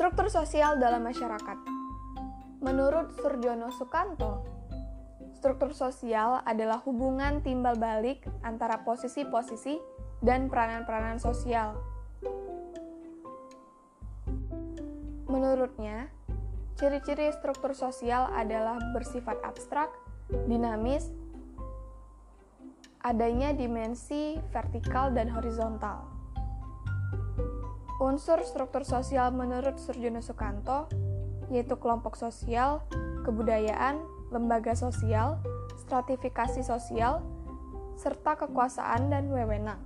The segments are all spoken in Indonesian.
Struktur sosial dalam masyarakat. Menurut Surjono Sukanto, struktur sosial adalah hubungan timbal balik antara posisi-posisi dan peranan-peranan sosial. Menurutnya, ciri-ciri struktur sosial adalah bersifat abstrak, dinamis, adanya dimensi vertikal dan horizontal. Unsur struktur sosial menurut Surjono Sukanto yaitu kelompok sosial, kebudayaan, lembaga sosial, stratifikasi sosial, serta kekuasaan dan wewenang.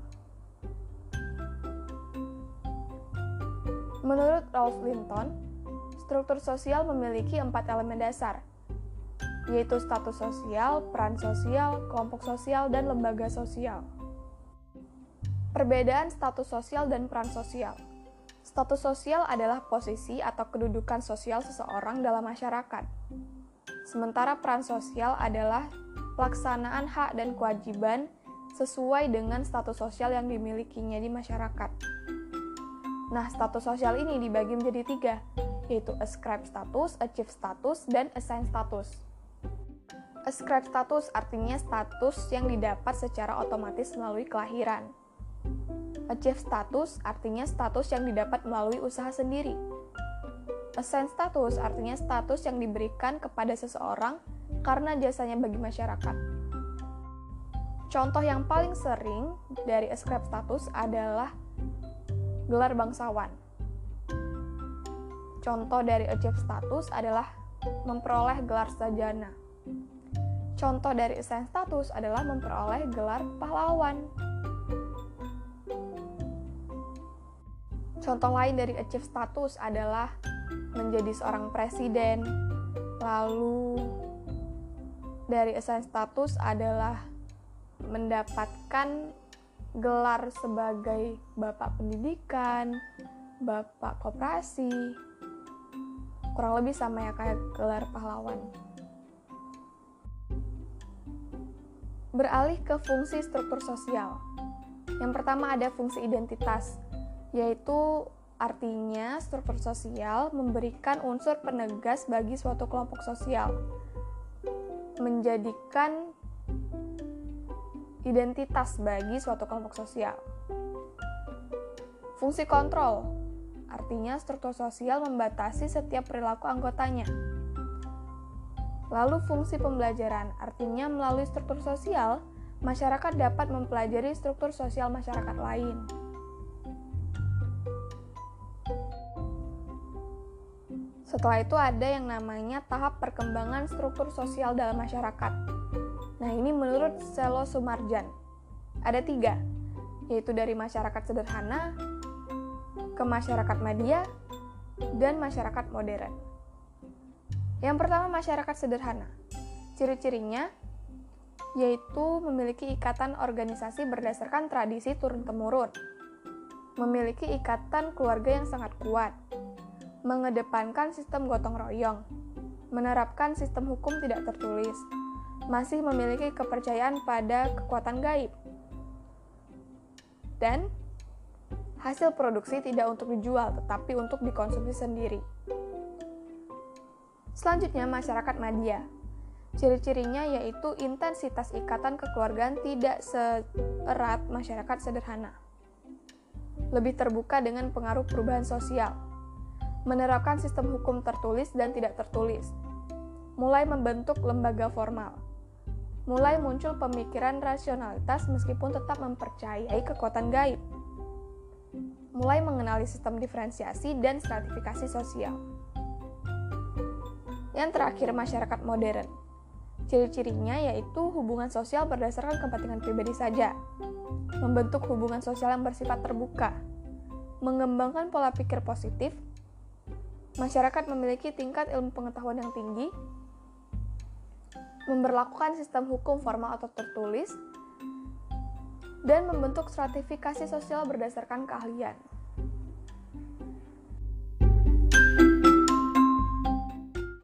Menurut Ralph Linton, struktur sosial memiliki 4 elemen dasar, yaitu status sosial, peran sosial, kelompok sosial, dan lembaga sosial. Perbedaan status sosial dan peran sosial. Status sosial adalah posisi atau kedudukan sosial seseorang dalam masyarakat. Sementara peran sosial adalah pelaksanaan hak dan kewajiban sesuai dengan status sosial yang dimilikinya di masyarakat. Nah, status sosial ini dibagi menjadi 3, yaitu ascribe status, achieve status, dan assign status. Ascribe status artinya status yang didapat secara otomatis melalui kelahiran. Achieve status artinya status yang didapat melalui usaha sendiri. Assign status artinya status yang diberikan kepada seseorang karena jasanya bagi masyarakat. Contoh yang paling sering dari ascribe status adalah gelar bangsawan. Contoh dari achieve status adalah memperoleh gelar sarjana. Contoh dari assign status adalah memperoleh gelar pahlawan. Contoh lain dari achieve status adalah menjadi seorang presiden. Lalu dari assign status adalah mendapatkan gelar sebagai bapak pendidikan, bapak koperasi. Kurang lebih sama ya kayak gelar pahlawan. Beralih ke fungsi struktur sosial. Yang pertama ada fungsi identitas, yaitu artinya struktur sosial memberikan unsur penegas bagi suatu kelompok sosial, menjadikan identitas bagi suatu kelompok sosial. Fungsi kontrol, artinya struktur sosial membatasi setiap perilaku anggotanya. Lalu fungsi pembelajaran, artinya melalui struktur sosial, masyarakat dapat mempelajari struktur sosial masyarakat lain. Setelah itu ada yang namanya tahap perkembangan struktur sosial dalam masyarakat. Nah, ini menurut Selo Sumarjan. Ada 3, yaitu dari masyarakat sederhana, ke masyarakat madya, dan masyarakat modern. Yang pertama, masyarakat sederhana. Ciri-cirinya yaitu memiliki ikatan organisasi berdasarkan tradisi turun-temurun, memiliki ikatan keluarga yang sangat kuat, mengedepankan sistem gotong royong, menerapkan sistem hukum tidak tertulis, masih memiliki kepercayaan pada kekuatan gaib, dan hasil produksi tidak untuk dijual tetapi untuk dikonsumsi sendiri. Selanjutnya, masyarakat madya. Ciri-cirinya yaitu intensitas ikatan kekeluargaan tidak seerat masyarakat sederhana, lebih terbuka dengan pengaruh perubahan sosial, menerapkan sistem hukum tertulis dan tidak tertulis, mulai membentuk lembaga formal, mulai muncul pemikiran rasionalitas meskipun tetap mempercayai kekuatan gaib, mulai mengenali sistem diferensiasi dan stratifikasi sosial. Yang terakhir, masyarakat modern. Ciri-cirinya yaitu hubungan sosial berdasarkan kepentingan pribadi saja, membentuk hubungan sosial yang bersifat terbuka, mengembangkan pola pikir positif, masyarakat memiliki tingkat ilmu pengetahuan yang tinggi, memberlakukan sistem hukum formal atau tertulis, dan membentuk stratifikasi sosial berdasarkan keahlian.